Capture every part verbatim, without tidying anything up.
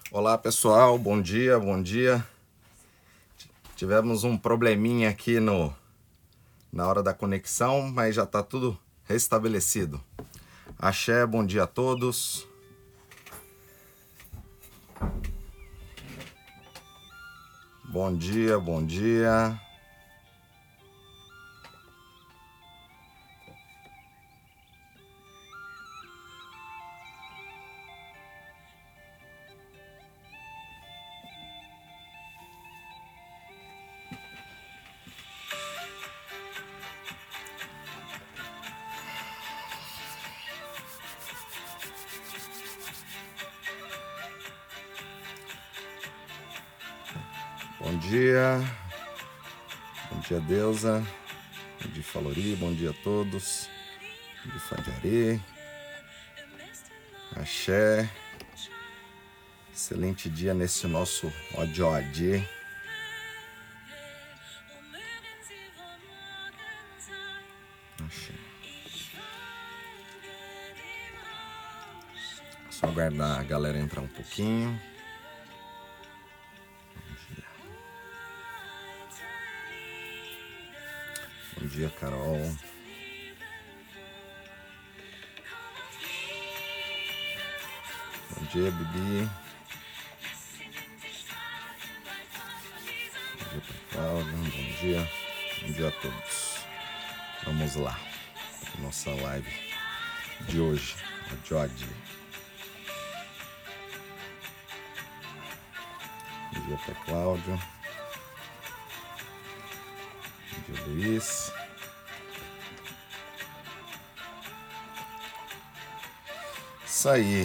Olá pessoal, bom dia, bom dia. Tivemos um probleminha aqui no, na hora da conexão, mas já está tudo restabelecido. Axé, bom dia a todos. Bom dia, bom dia. Bom dia. Bom dia, Deusa. Bom dia, Falori. Bom dia a todos. Bom dia, Fadiari. Axé. Excelente dia nesse nosso Odiode. Axé. Só aguardar a galera entrar um pouquinho. Bom dia, Carol. Bom dia, Bibi. Bom dia, Cláudio. Bom dia. Bom dia a todos. Vamos lá. Nossa live de hoje. A Jodi. Bom dia para Cláudio. Bom dia, Luiz. Isso aí.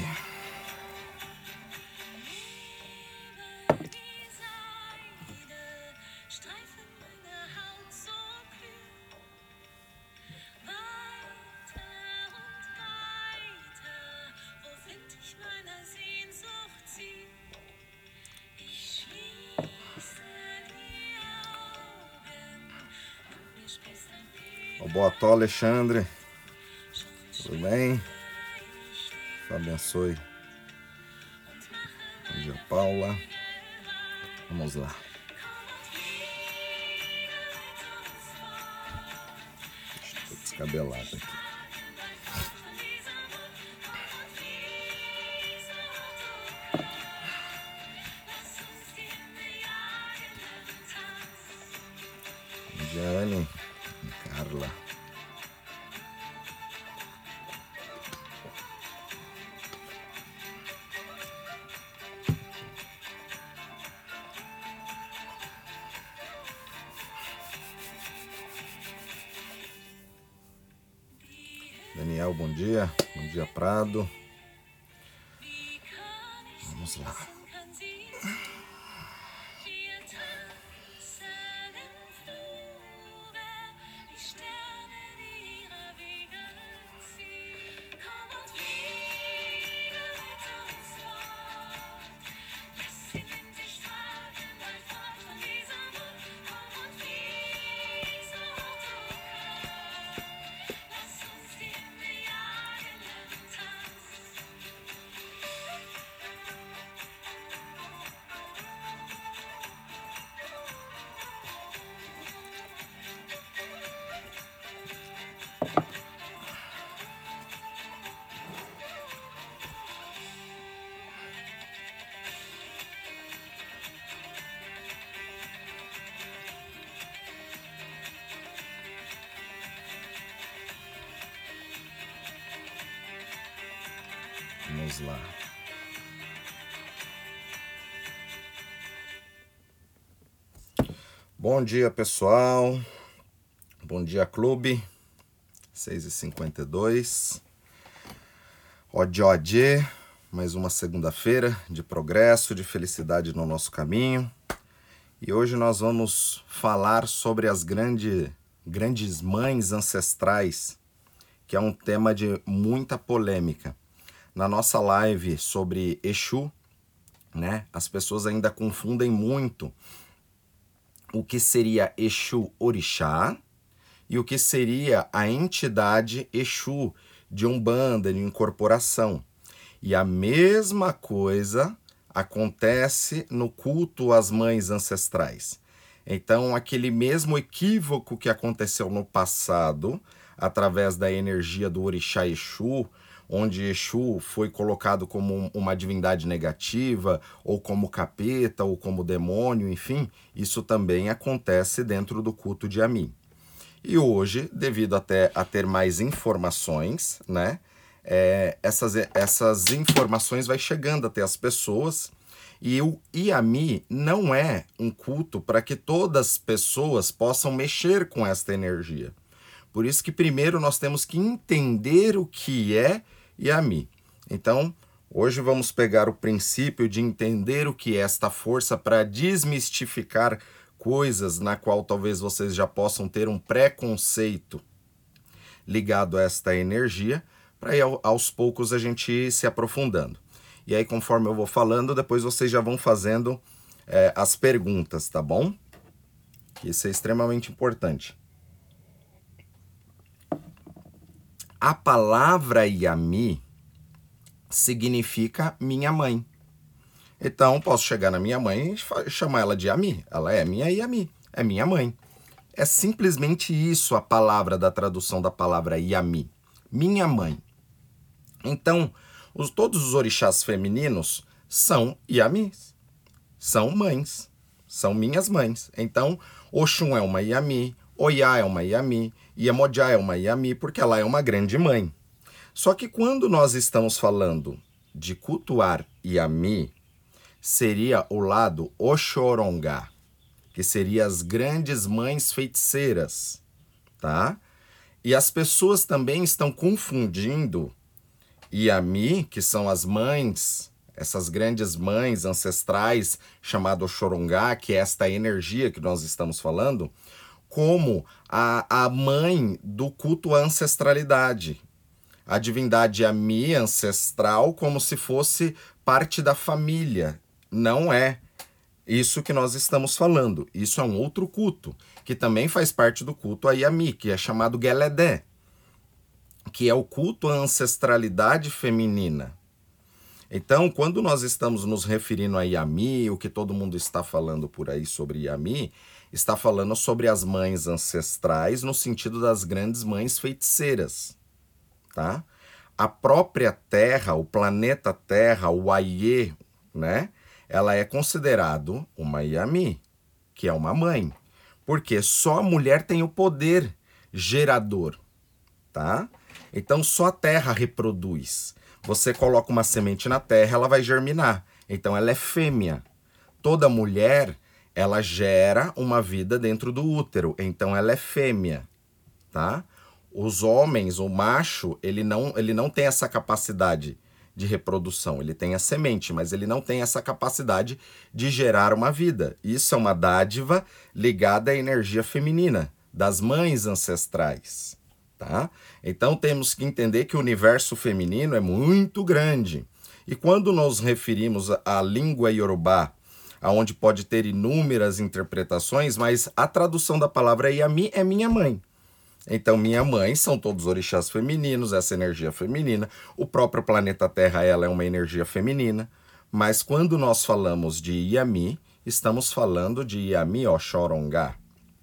Boa tarde, Alexandre. Tudo bem? Deus abençoe. Bom dia, Paula. Vamos lá. Estou descabelado aqui. Bom dia, Anne. Carla. Daniel, bom dia. Bom dia, Prado. Vamos lá. Vamos lá. Bom dia, pessoal. Bom dia, clube. seis e cinquenta e dois. Odiode. Mais uma segunda-feira de progresso, de felicidade no nosso caminho. E hoje nós vamos falar sobre as grande, grandes mães ancestrais, que é um tema de muita polêmica. Na nossa live sobre Exu, né, as pessoas ainda confundem muito o que seria Exu Orixá e o que seria a entidade Exu de Umbanda, de incorporação. E a mesma coisa acontece no culto às mães ancestrais. Então, aquele mesmo equívoco que aconteceu no passado, através da energia do orixá Exu, onde Exu foi colocado como uma divindade negativa, ou como capeta, ou como demônio, enfim, isso também acontece dentro do culto de Yami. E hoje, devido até a ter mais informações, né, é, essas, essas informações vai chegando até as pessoas, e o Yami não é um culto para que todas as pessoas possam mexer com esta energia. Por isso que primeiro nós temos que entender o que é Yami. Então, hoje vamos pegar o princípio de entender o que é esta força para desmistificar coisas na qual talvez vocês já possam ter um preconceito ligado a esta energia, para aí aos poucos a gente ir se aprofundando. E aí, conforme eu vou falando, depois vocês já vão fazendo é, as perguntas, tá bom? Isso é extremamente importante. A palavra Yami significa minha mãe. Então, posso chegar na minha mãe e chamar ela de Yami. Ela é minha Yami, é minha mãe. É simplesmente isso a palavra da tradução da palavra Yami. Minha mãe. Então, os, todos os orixás femininos são Yamis. São mães. São minhas mães. Então, Oxum é uma Yami, Oiá é uma Yami, Iemoja é uma Yami, porque ela é uma grande mãe. Só que quando nós estamos falando de cultuar Yami, seria o lado Oxorongá, que seria as grandes mães feiticeiras, tá? E as pessoas também estão confundindo Yami, que são as mães, essas grandes mães ancestrais, chamado Oxorongá, que é esta energia que nós estamos falando, como a, a mãe do culto à ancestralidade. A divindade Yami ancestral, como se fosse parte da família. Não é isso que nós estamos falando. Isso é um outro culto, que também faz parte do culto a Yami, que é chamado Geledé, que é o culto à ancestralidade feminina. Então, quando nós estamos nos referindo a Yami, o que todo mundo está falando por aí sobre Yami, está falando sobre as mães ancestrais no sentido das grandes mães feiticeiras, tá? A própria Terra, o planeta Terra, o Aie, né? Ela é considerado uma Yami, que é uma mãe, porque só a mulher tem o poder gerador, tá? Então só a Terra reproduz. Você coloca uma semente na terra, ela vai germinar. Então ela é fêmea. Toda mulher, ela gera uma vida dentro do útero. Então ela é fêmea, tá? Os homens, o macho, ele não, ele não tem essa capacidade de reprodução. Ele tem a semente, mas ele não tem essa capacidade de gerar uma vida. Isso é uma dádiva ligada à energia feminina, das mães ancestrais. Tá? Então temos que entender que o universo feminino é muito grande. E quando nos referimos à língua iorubá, aonde pode ter inúmeras interpretações, mas a tradução da palavra Yami é minha mãe. Então minha mãe são todos orixás femininos, essa energia feminina. O próprio planeta Terra, ela é uma energia feminina. Mas quando nós falamos de Yami, estamos falando de Yami Oxorongá,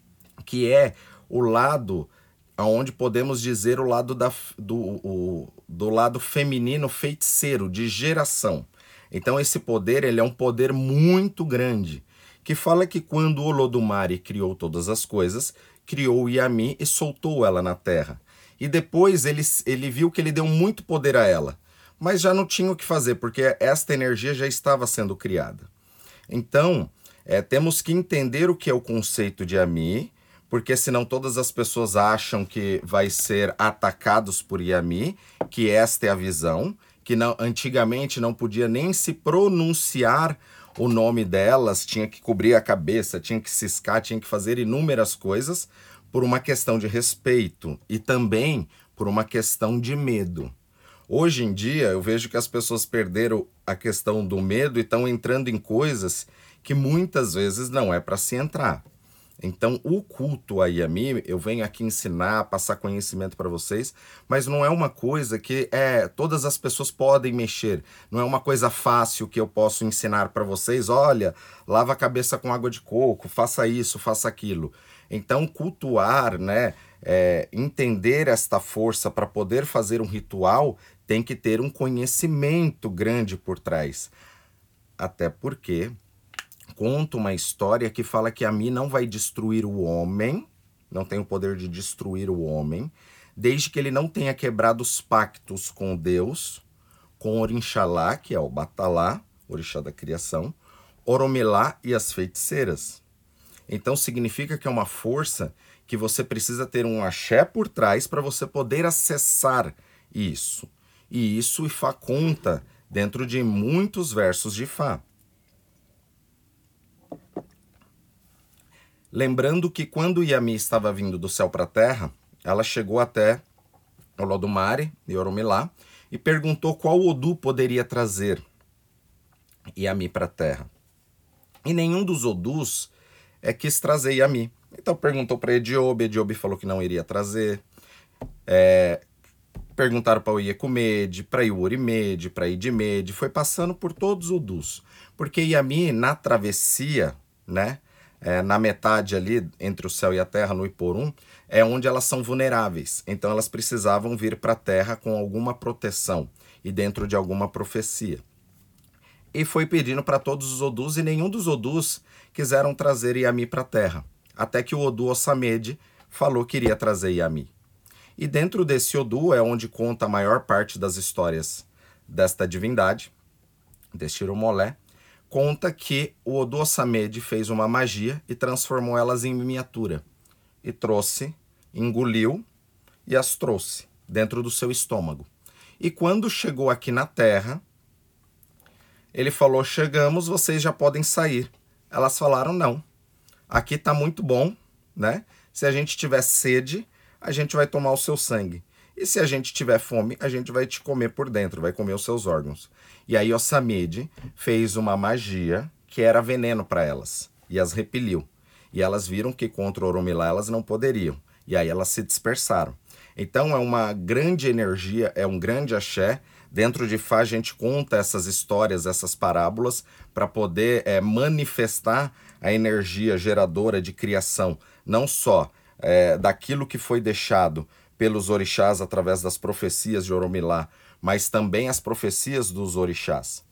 que é o lado onde podemos dizer o lado da, do, o, do lado feminino feiticeiro, de geração. Então esse poder, ele é um poder muito grande, que fala que quando Olodumare criou todas as coisas, criou Yami e soltou ela na terra. E depois ele, ele viu que ele deu muito poder a ela, mas já não tinha o que fazer, porque esta energia já estava sendo criada. Então, é, temos que entender o que é o conceito de Yami, porque senão todas as pessoas acham que vai ser atacados por Yami, que esta é a visão, que não, antigamente não podia nem se pronunciar o nome delas, tinha que cobrir a cabeça, tinha que ciscar, tinha que fazer inúmeras coisas por uma questão de respeito e também por uma questão de medo. Hoje em dia eu vejo que as pessoas perderam a questão do medo e estão entrando em coisas que muitas vezes não é para se entrar. Então, o culto a Yami, eu venho aqui ensinar, passar conhecimento para vocês, mas não é uma coisa que é todas as pessoas podem mexer. Não é uma coisa fácil que eu posso ensinar para vocês. Olha, lava a cabeça com água de coco, faça isso, faça aquilo. Então, cultuar, né, é, entender esta força para poder fazer um ritual, tem que ter um conhecimento grande por trás. Até porque conta uma história que fala que Yami não vai destruir o homem, não tem o poder de destruir o homem, desde que ele não tenha quebrado os pactos com Deus, com Orixalá, que é o Batalá, orixá da criação, Oromilá e as feiticeiras. Então significa que é uma força que você precisa ter um axé por trás para você poder acessar isso. E isso Ifá conta dentro de muitos versos de Ifá. Lembrando que quando Yami estava vindo do céu para a terra, ela chegou até Olodumare e Oromilá e perguntou qual Odu poderia trazer Yami para a terra. E nenhum dos Odus é, quis trazer Yami. Então perguntou para Ediobe, Ediobe falou que não iria trazer. É, perguntaram para o Iekumede, para Iurimede, para Idimede, foi passando por todos os Odus. Porque Yami, na travessia, né? É, na metade ali, entre o céu e a terra, no Iporum, é onde elas são vulneráveis. Então elas precisavam vir para a terra com alguma proteção e dentro de alguma profecia. E foi pedindo para todos os Odus e nenhum dos Odus quiseram trazer Yami para a terra. Até que o Odu Osamede falou que iria trazer Yami. E dentro desse Odu é onde conta a maior parte das histórias desta divindade, deste Irumolé. Conta que o Odu Osamede fez uma magia e transformou elas em miniatura. E trouxe, engoliu e as trouxe dentro do seu estômago. E quando chegou aqui na terra, ele falou, chegamos, vocês já podem sair. Elas falaram, não, aqui tá muito bom, né? Se a gente tiver sede, a gente vai tomar o seu sangue. E se a gente tiver fome, a gente vai te comer por dentro, vai comer os seus órgãos. E aí Osamede fez uma magia que era veneno para elas e as repeliu. E elas viram que contra Oromilá elas não poderiam. E aí elas se dispersaram. Então é uma grande energia, é um grande axé. Dentro de Fá a gente conta essas histórias, essas parábolas, para poder é, manifestar a energia geradora de criação. Não só é, daquilo que foi deixado pelos orixás através das profecias de Oromilá, mas também as profecias dos orixás.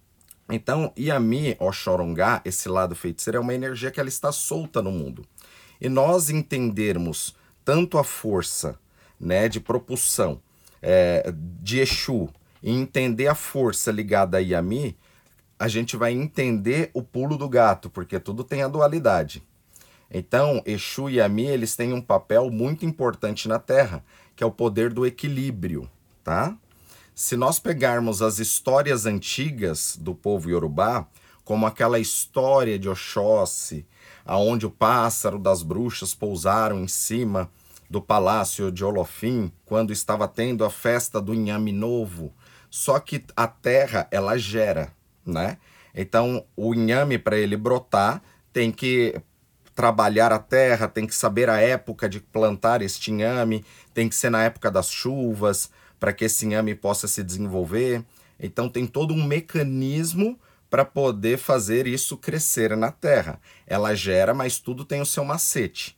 Então, Yami, Oxorongá, esse lado feiticeiro, é uma energia que ela está solta no mundo. E nós entendermos tanto a força, né, de propulsão é, de Exu e entender a força ligada a Yami, a gente vai entender o pulo do gato, porque tudo tem a dualidade. Então, Exu e Yami, eles têm um papel muito importante na Terra, que é o poder do equilíbrio, tá? Se nós pegarmos as histórias antigas do povo Yorubá, como aquela história de Oxóssi, aonde o pássaro das bruxas pousaram em cima do palácio de Olofim, quando estava tendo a festa do Inhame Novo, só que a terra, ela gera, né? Então, o inhame, para ele brotar, tem que trabalhar a terra, tem que saber a época de plantar este inhame, tem que ser na época das chuvas, para que esse inhame possa se desenvolver. Então tem todo um mecanismo para poder fazer isso crescer na terra. Ela gera, mas tudo tem o seu macete.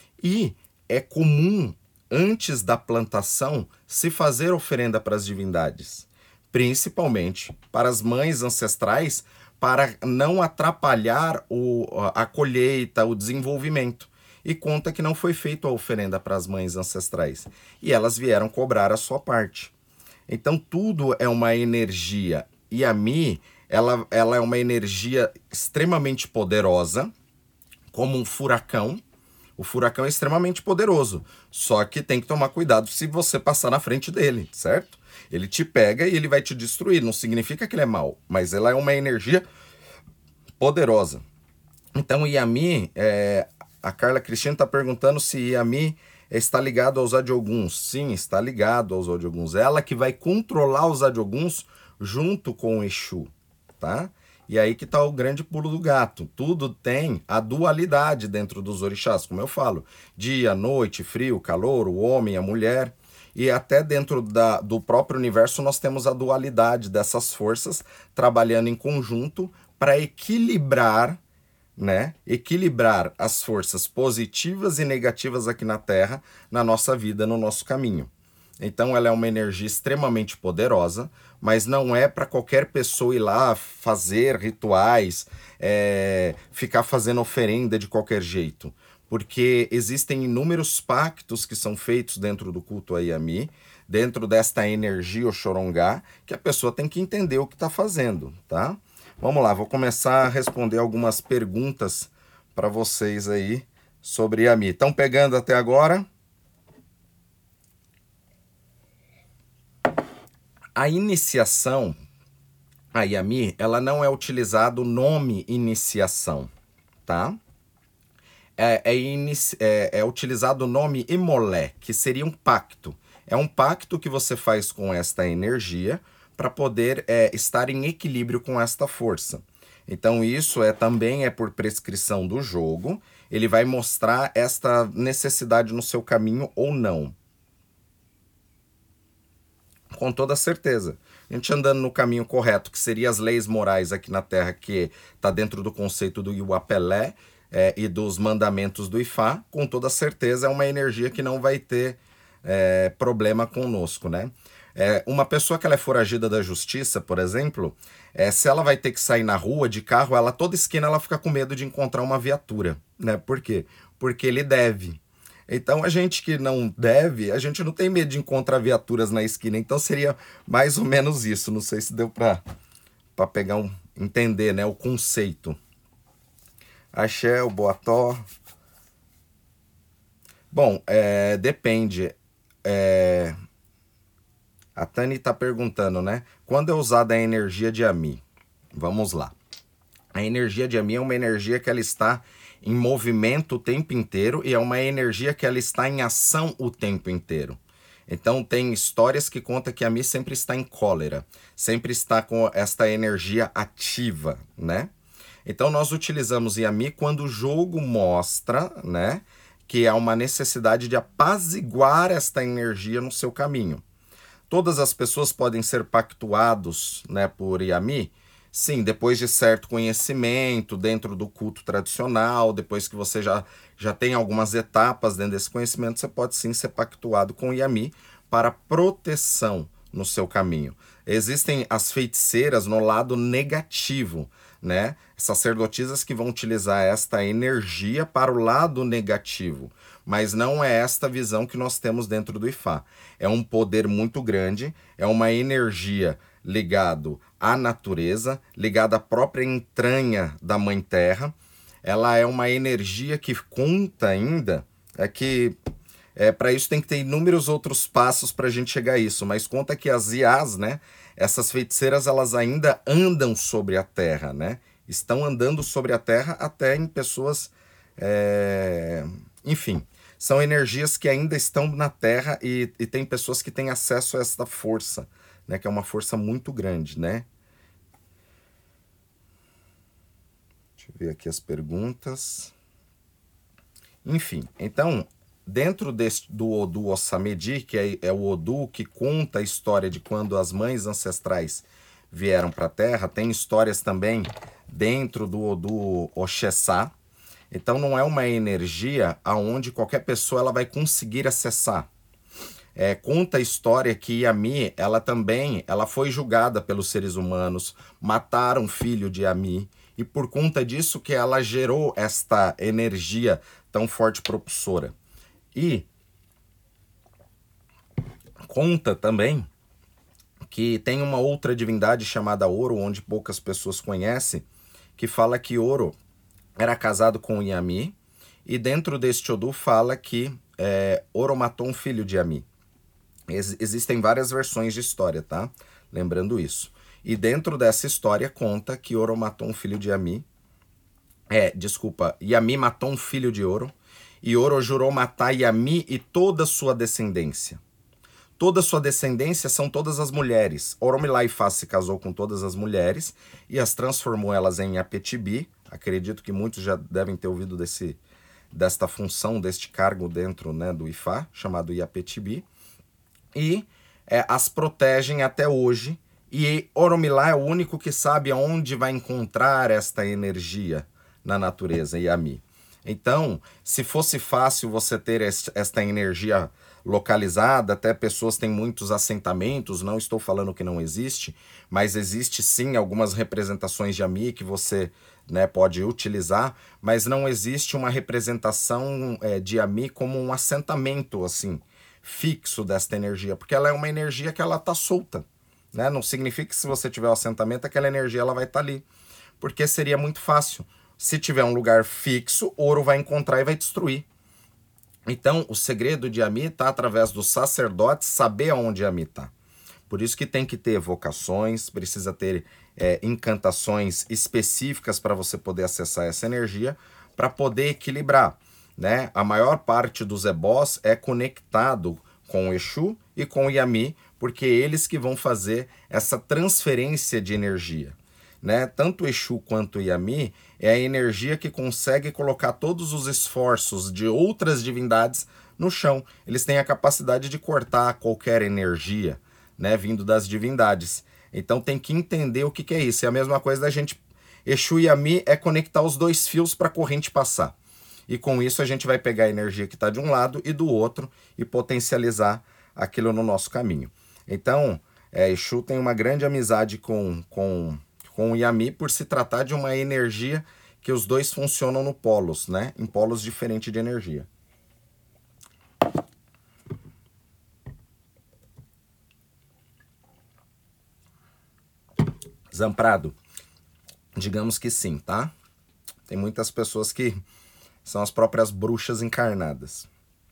E é comum, antes da plantação, se fazer oferenda para as divindades, principalmente para as mães ancestrais, para não atrapalhar o, a colheita, o desenvolvimento. E conta que não foi feita a oferenda para as mães ancestrais. E elas vieram cobrar a sua parte. Então tudo é uma energia. Yami, ela, ela é uma energia extremamente poderosa, como um furacão. O furacão é extremamente poderoso. Só que tem que tomar cuidado se você passar na frente dele, certo? Ele te pega e ele vai te destruir. Não significa que ele é mau, mas ela é uma energia poderosa. Então, Yami, é, a Carla Cristina está perguntando se Yami está ligado aos Adioguns. Sim, está ligado aos Adioguns. Ela que vai controlar os Adioguns junto com o Exu, tá? E aí que está o grande pulo do gato. Tudo tem a dualidade dentro dos orixás, como eu falo. Dia, noite, frio, calor, o homem, a mulher. E até dentro da, do próprio universo nós temos a dualidade dessas forças trabalhando em conjunto para equilibrar, né? Equilibrar as forças positivas e negativas aqui na Terra, na nossa vida, no nosso caminho. Então ela é uma energia extremamente poderosa, mas não é para qualquer pessoa ir lá fazer rituais, é, ficar fazendo oferenda de qualquer jeito. Porque existem inúmeros pactos que são feitos dentro do culto a Yami, dentro desta energia Oxorongá, que a pessoa tem que entender o que está fazendo, tá? Vamos lá, vou começar a responder algumas perguntas para vocês aí sobre Yami. Estão pegando até agora? A iniciação, a Yami, ela não é utilizado o nome iniciação, tá? É, é, inici é, é utilizado o nome Imolé, que seria um pacto. É um pacto que você faz com esta energia para poder é, estar em equilíbrio com esta força. Então isso é também é por prescrição do jogo. Ele vai mostrar esta necessidade no seu caminho ou não. Com toda certeza. A gente andando no caminho correto, que seria as leis morais aqui na Terra, que está dentro do conceito do Iwapelé é, e dos mandamentos do Ifá, com toda certeza é uma energia que não vai ter é, problema conosco, né? É, uma pessoa que ela é foragida da justiça, por exemplo, é, se ela vai ter que sair na rua de carro, ela toda esquina ela fica com medo de encontrar uma viatura, né? Por quê? Porque ele deve. Então, a gente que não deve, a gente não tem medo de encontrar viaturas na esquina. Então, seria mais ou menos isso. Não sei se deu para para pegar um, entender, né, o conceito. Axé, o Boató. Bom, é, depende. É, a Tani está perguntando, né? Quando é usada a energia de Yami? Vamos lá. A energia de Yami é uma energia que ela está em movimento o tempo inteiro e é uma energia que ela está em ação o tempo inteiro. Então tem histórias que contam que Yami sempre está em cólera, sempre está com esta energia ativa, né? Então nós utilizamos Yami quando o jogo mostra, né, que há uma necessidade de apaziguar esta energia no seu caminho. Todas as pessoas podem ser pactuados, né, por Yami? Sim, depois de certo conhecimento dentro do culto tradicional, depois que você já, já tem algumas etapas dentro desse conhecimento, você pode sim ser pactuado com o Yami para proteção no seu caminho. Existem as feiticeiras no lado negativo, né? Sacerdotisas que vão utilizar esta energia para o lado negativo, mas não é esta visão que nós temos dentro do Ifá. É um poder muito grande, é uma energia ligado à natureza, ligado à própria entranha da Mãe Terra. Ela é uma energia que conta ainda, é que é, para isso tem que ter inúmeros outros passos para a gente chegar a isso, mas conta que as I As, né, essas feiticeiras, elas ainda andam sobre a Terra, né? Estão andando sobre a Terra até em pessoas, é... enfim, são energias que ainda estão na Terra e, e tem pessoas que têm acesso a essa força, né, que é uma força muito grande, né? Deixa eu ver aqui as perguntas. Enfim, então, dentro desse, do Odu Ossamedi, que é, é o Odu que conta a história de quando as mães ancestrais vieram para a Terra, tem histórias também dentro do Odu Oxessá. Então, não é uma energia aonde qualquer pessoa ela vai conseguir acessar. É, conta a história que Yami, ela também, ela foi julgada pelos seres humanos, mataram o filho de Yami, e por conta disso que ela gerou esta energia tão forte propulsora. E conta também que tem uma outra divindade chamada Oro, onde poucas pessoas conhecem, que fala que Oro era casado com Yami, e dentro deste Odu fala que é, Oro matou um filho de Yami. Ex existem várias versões de história, tá? Lembrando isso. E dentro dessa história conta que Oro matou um filho de Yami. É, desculpa, Yami matou um filho de Oro. E Oro jurou matar Yami e toda a sua descendência. toda a sua descendência são todas as mulheres. Oromilá Ifá se casou com todas as mulheres e as transformou elas em Apetibi. Acredito que muitos já devem ter ouvido desse, desta função, deste cargo dentro, né, do Ifá, chamado Iapetibi. E é, as protegem até hoje. E Oromilá é o único que sabe aonde vai encontrar esta energia na natureza, Yami. Então, se fosse fácil você ter esta energia localizada, até pessoas têm muitos assentamentos, não estou falando que não existe, mas existe sim algumas representações de Yami que você, né, pode utilizar, mas não existe uma representação é, de Yami como um assentamento assim, fixo desta energia, porque ela é uma energia que ela está solta, né? Não significa que se você tiver um assentamento, aquela energia ela vai estar ali, porque seria muito fácil. Se tiver um lugar fixo, ouro vai encontrar e vai destruir. Então, o segredo de Yami está através dos sacerdotes saber aonde Yami está. Por isso que tem que ter vocações, precisa ter é, encantações específicas para você poder acessar essa energia, para poder equilibrar, né? A maior parte dos ebós é conectado com o Exu e com o Yami, porque é eles que vão fazer essa transferência de energia. Né? Tanto o Exu quanto o Yami é a energia que consegue colocar todos os esforços de outras divindades no chão. Eles têm a capacidade de cortar qualquer energia, né, vindo das divindades. Então tem que entender o que, que é isso. É a mesma coisa da gente... Exu e Yami é conectar os dois fios para a corrente passar. E com isso a gente vai pegar a energia que está de um lado e do outro e potencializar aquilo no nosso caminho. Então, é, Exu tem uma grande amizade com... com com o Yami, por se tratar de uma energia que os dois funcionam no polos, né? Em polos diferentes de energia. Zamprado, digamos que sim, tá? Tem muitas pessoas que são as próprias bruxas encarnadas.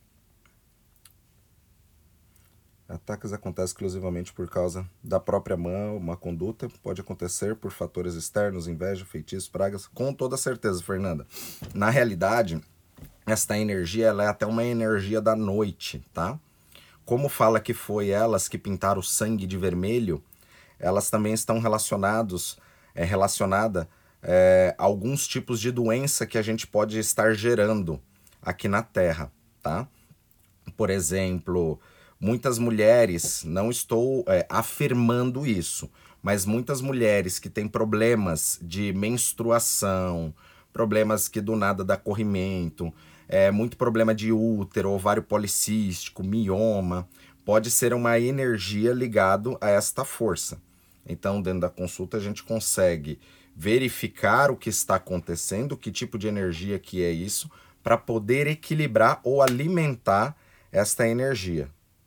Ataques acontecem exclusivamente por causa da própria mão, uma conduta. Pode acontecer por fatores externos, inveja, feitiços, pragas. Com toda certeza, Fernanda. Na realidade, esta energia ela é até uma energia da noite, tá? Como fala que foi elas que pintaram o sangue de vermelho, elas também estão relacionados, é, relacionada é, a alguns tipos de doença que a gente pode estar gerando aqui na Terra, tá? Por exemplo... Muitas mulheres, não estou é, afirmando isso, mas muitas mulheres que têm problemas de menstruação, problemas que do nada dá corrimento, é, muito problema de útero, ovário policístico, mioma, pode ser uma energia ligada a esta força. Então, dentro da consulta, a gente consegue verificar o que está acontecendo, que tipo de energia que é isso, para poder equilibrar ou alimentar esta energia.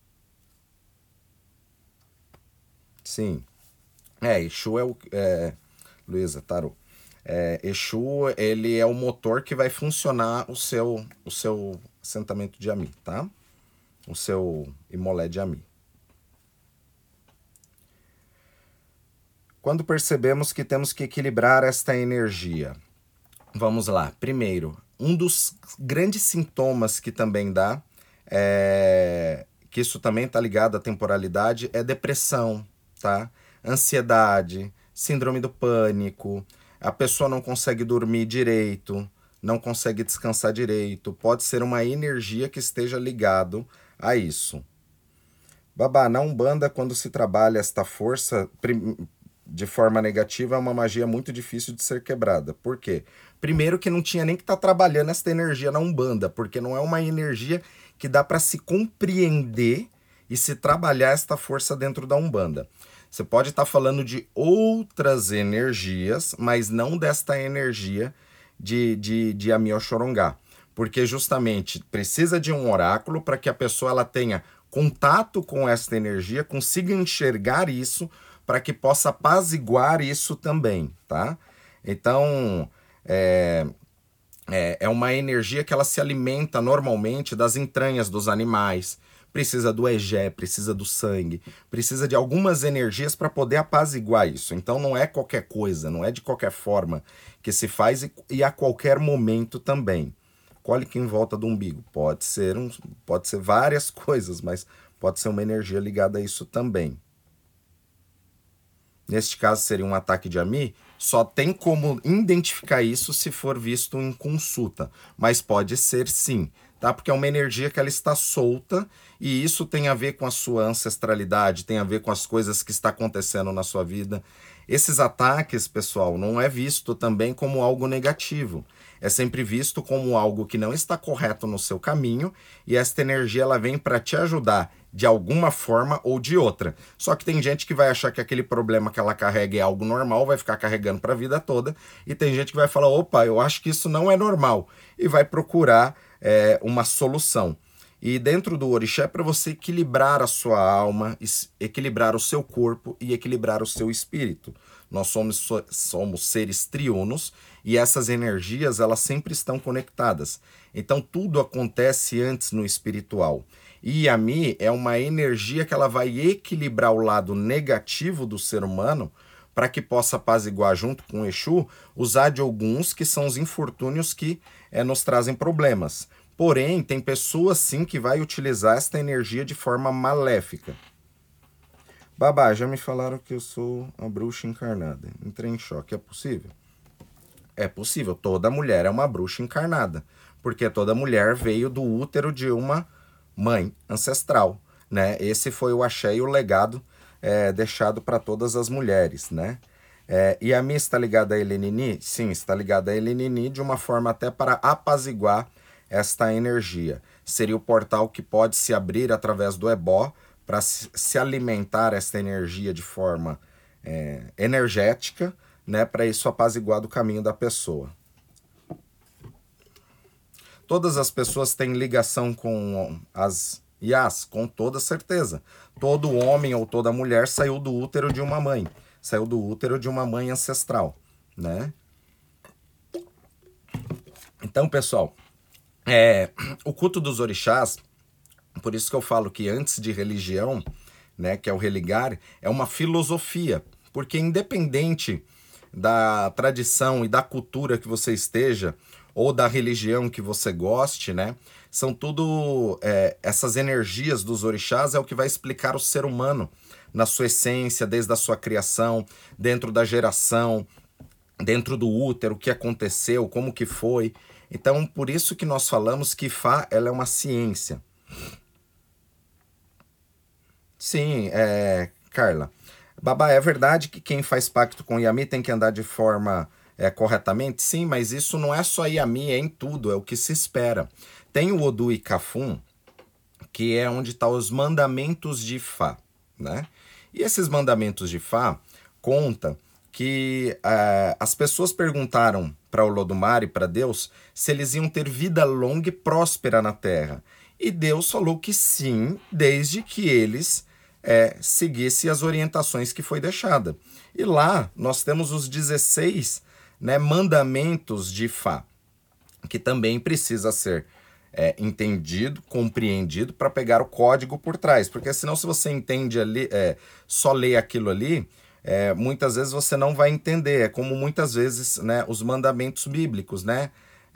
Sim. É, Exu é o... É, Luísa, tarô. É, Exu, ele é o motor que vai funcionar o seu, o seu assentamento de Yami, tá? O seu imolé de Yami. Quando percebemos que temos que equilibrar esta energia? Vamos lá. Primeiro, um dos grandes sintomas que também dá, é, que isso também está ligado à temporalidade, é depressão. Tá? Ansiedade, síndrome do pânico, a pessoa não consegue dormir direito, não consegue descansar direito, pode ser uma energia que esteja ligado a isso. Babá, na Umbanda, quando se trabalha esta força de forma negativa, é uma magia muito difícil de ser quebrada. Por quê? Primeiro que não tinha nem que estar tá trabalhando esta energia na Umbanda, porque não é uma energia que dá para se compreender e se trabalhar esta força dentro da Umbanda. Você pode estar falando de outras energias, mas não desta energia de, de, de Yami Oxorongá. Porque justamente precisa de um oráculo para que a pessoa ela tenha contato com esta energia, consiga enxergar isso, para que possa apaziguar isso também, tá? Então, é, é, é uma energia que ela se alimenta normalmente das entranhas dos animais, precisa do egé, precisa do sangue, precisa de algumas energias para poder apaziguar isso. Então não é qualquer coisa, não é de qualquer forma que se faz e, e a qualquer momento também. Cólica em volta do umbigo, pode ser, um, pode ser várias coisas, mas pode ser uma energia ligada a isso também. Neste caso seria um ataque de Ami, só tem como identificar isso se for visto em consulta, mas pode ser sim, tá? Porque é uma energia que ela está solta e isso tem a ver com a sua ancestralidade, tem a ver com as coisas que está acontecendo na sua vida. Esses ataques, pessoal, não é visto também como algo negativo. É sempre visto como algo que não está correto no seu caminho e esta energia ela vem para te ajudar de alguma forma ou de outra. Só que tem gente que vai achar que aquele problema que ela carrega é algo normal, vai ficar carregando para a vida toda, e tem gente que vai falar, opa, eu acho que isso não é normal, e vai procurar é, uma solução. E dentro do orixá é para você equilibrar a sua alma, equilibrar o seu corpo e equilibrar o seu espírito. Nós somos, somos seres triunos e essas energias elas sempre estão conectadas. Então tudo acontece antes no espiritual. E Yami é uma energia que ela vai equilibrar o lado negativo do ser humano para que possa apaziguar junto com o Exu os alguns que são os infortúnios que é, nos trazem problemas. Porém, tem pessoas sim que vai utilizar esta energia de forma maléfica. Babá, já me falaram que eu sou uma bruxa encarnada. Entrei em choque. É possível? É possível. Toda mulher é uma bruxa encarnada. Porque toda mulher veio do útero de uma mãe ancestral, né? Esse foi o axé e o legado é, deixado para todas as mulheres, né? É, e a minha está ligada a Elenini? Sim, está ligada a Elenini de uma forma até para apaziguar esta energia. Seria o portal que pode se abrir através do ebó para se alimentar esta energia de forma é, energética, né, para isso apaziguar do caminho da pessoa. Todas as pessoas têm ligação com as Iás, com toda certeza. Todo homem ou toda mulher saiu do útero de uma mãe, saiu do útero de uma mãe ancestral, né? Então, pessoal, É, o culto dos orixás, por isso que eu falo que antes de religião, né, que é o religar, é uma filosofia, porque independente da tradição e da cultura que você esteja, ou da religião que você goste, né, são tudo, é, essas energias dos orixás é o que vai explicar o ser humano na sua essência, desde a sua criação, dentro da geração, dentro do útero, o que aconteceu, como que foi. Então, por isso que nós falamos que Fá ela é uma ciência. Sim, é, Carla. Babá, é verdade que quem faz pacto com Yami tem que andar de forma é, corretamente? Sim, mas isso não é só Yami, é em tudo, é o que se espera. Tem o Odu e Cafum, que é onde estão tá os mandamentos de Fá, né? E esses mandamentos de Fá conta que uh, as pessoas perguntaram para o Olodumare, para Deus, se eles iam ter vida longa e próspera na Terra. E Deus falou que sim, desde que eles é, seguissem as orientações que foi deixada. E lá nós temos os dezesseis, né, mandamentos de Fá, que também precisa ser é, entendido, compreendido para pegar o código por trás. Porque senão se você entende ali, é, só lê aquilo ali, É, muitas vezes você não vai entender, é como muitas vezes, né, os mandamentos bíblicos, né,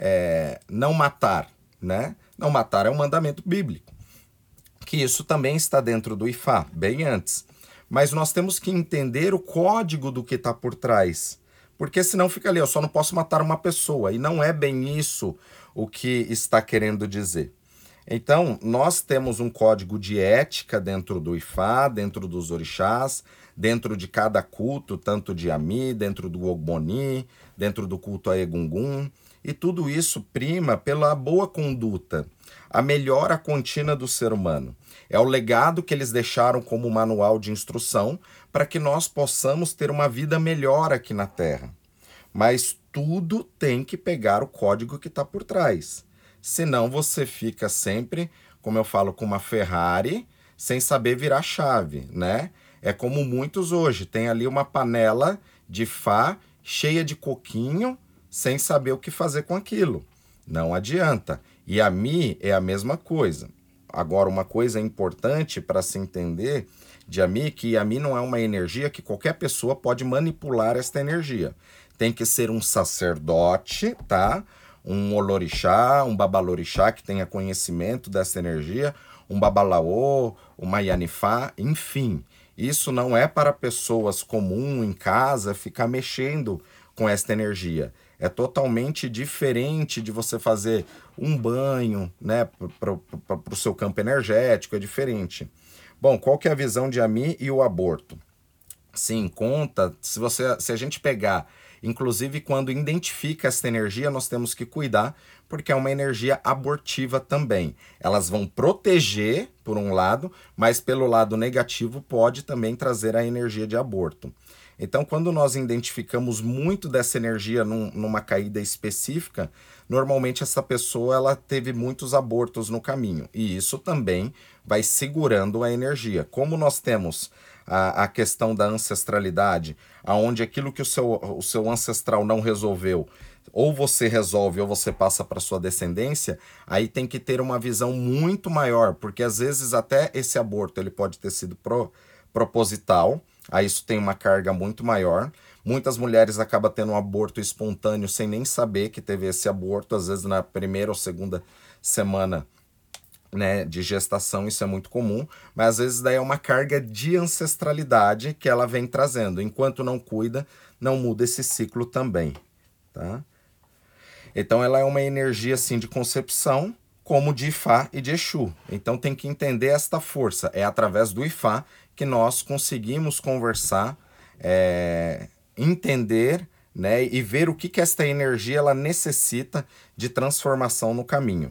é, não matar, né, não matar é um mandamento bíblico, que isso também está dentro do Ifá, bem antes, mas nós temos que entender o código do que está por trás, porque senão fica ali, eu só não posso matar uma pessoa, e não é bem isso o que está querendo dizer. Então, nós temos um código de ética dentro do Ifá, dentro dos orixás, dentro de cada culto, tanto de Ami, dentro do Ogboni, dentro do culto a Egungun, e tudo isso prima pela boa conduta, a melhora contínua do ser humano. É o legado que eles deixaram como manual de instrução para que nós possamos ter uma vida melhor aqui na Terra. Mas tudo tem que pegar o código que está por trás. Senão você fica sempre, como eu falo, com uma Ferrari, sem saber virar chave, né? É como muitos hoje, tem ali uma panela de Fá cheia de coquinho, sem saber o que fazer com aquilo. Não adianta. E a Mi é a mesma coisa. Agora, uma coisa importante para se entender de Ami, que Ami não é uma energia que qualquer pessoa pode manipular esta energia. Tem que ser um sacerdote, tá? Um olorixá, um babalorixá que tenha conhecimento dessa energia, um babalaô, uma yanifá, enfim. Isso não é para pessoas comuns em casa ficar mexendo com esta energia. É totalmente diferente de você fazer um banho, né, para o seu campo energético, é diferente. Bom, qual que é a visão de Ami e o aborto? Sim, conta. Se você, se a gente pegar, inclusive quando identifica essa energia, nós temos que cuidar, porque é uma energia abortiva também. Elas vão proteger, por um lado, mas pelo lado negativo pode também trazer a energia de aborto. Então, quando nós identificamos muito dessa energia num, numa caída específica, normalmente essa pessoa ela teve muitos abortos no caminho. E isso também vai segurando a energia. Como nós temos a, a questão da ancestralidade, aonde aquilo que o seu, o seu ancestral não resolveu, ou você resolve ou você passa para sua descendência, aí tem que ter uma visão muito maior, porque às vezes até esse aborto ele pode ter sido pro, proposital, aí isso tem uma carga muito maior. Muitas mulheres acabam tendo um aborto espontâneo sem nem saber que teve esse aborto, às vezes na primeira ou segunda semana, né, de gestação, isso é muito comum, mas às vezes daí é uma carga de ancestralidade que ela vem trazendo. Enquanto não cuida, não muda esse ciclo também, tá? Então ela é uma energia assim de concepção, como de Ifá e de Exu. Então tem que entender esta força. É através do Ifá que nós conseguimos conversar, é, entender, né, e ver o que, que esta energia ela necessita de transformação no caminho.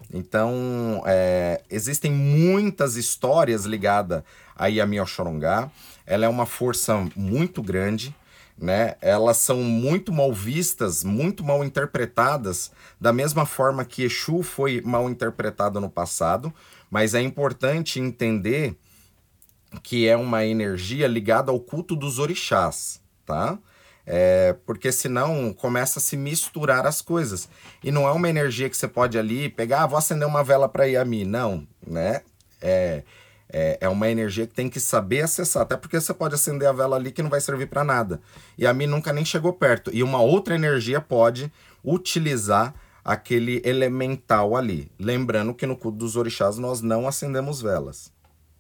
Então, é, existem muitas histórias ligadas a Yami Oxorongá. Ela é uma força muito grande, né? Elas são muito mal vistas, muito mal interpretadas, da mesma forma que Exu foi mal interpretado no passado, mas é importante entender que é uma energia ligada ao culto dos orixás, tá? É, porque senão começa a se misturar as coisas. E não é uma energia que você pode ali pegar, ah, vou acender uma vela para Yami. Não, né? É, é, é uma energia que tem que saber acessar, até porque você pode acender a vela ali que não vai servir para nada. Yami nunca nem chegou perto. E uma outra energia pode utilizar aquele elemental ali. Lembrando que no culto dos orixás nós não acendemos velas.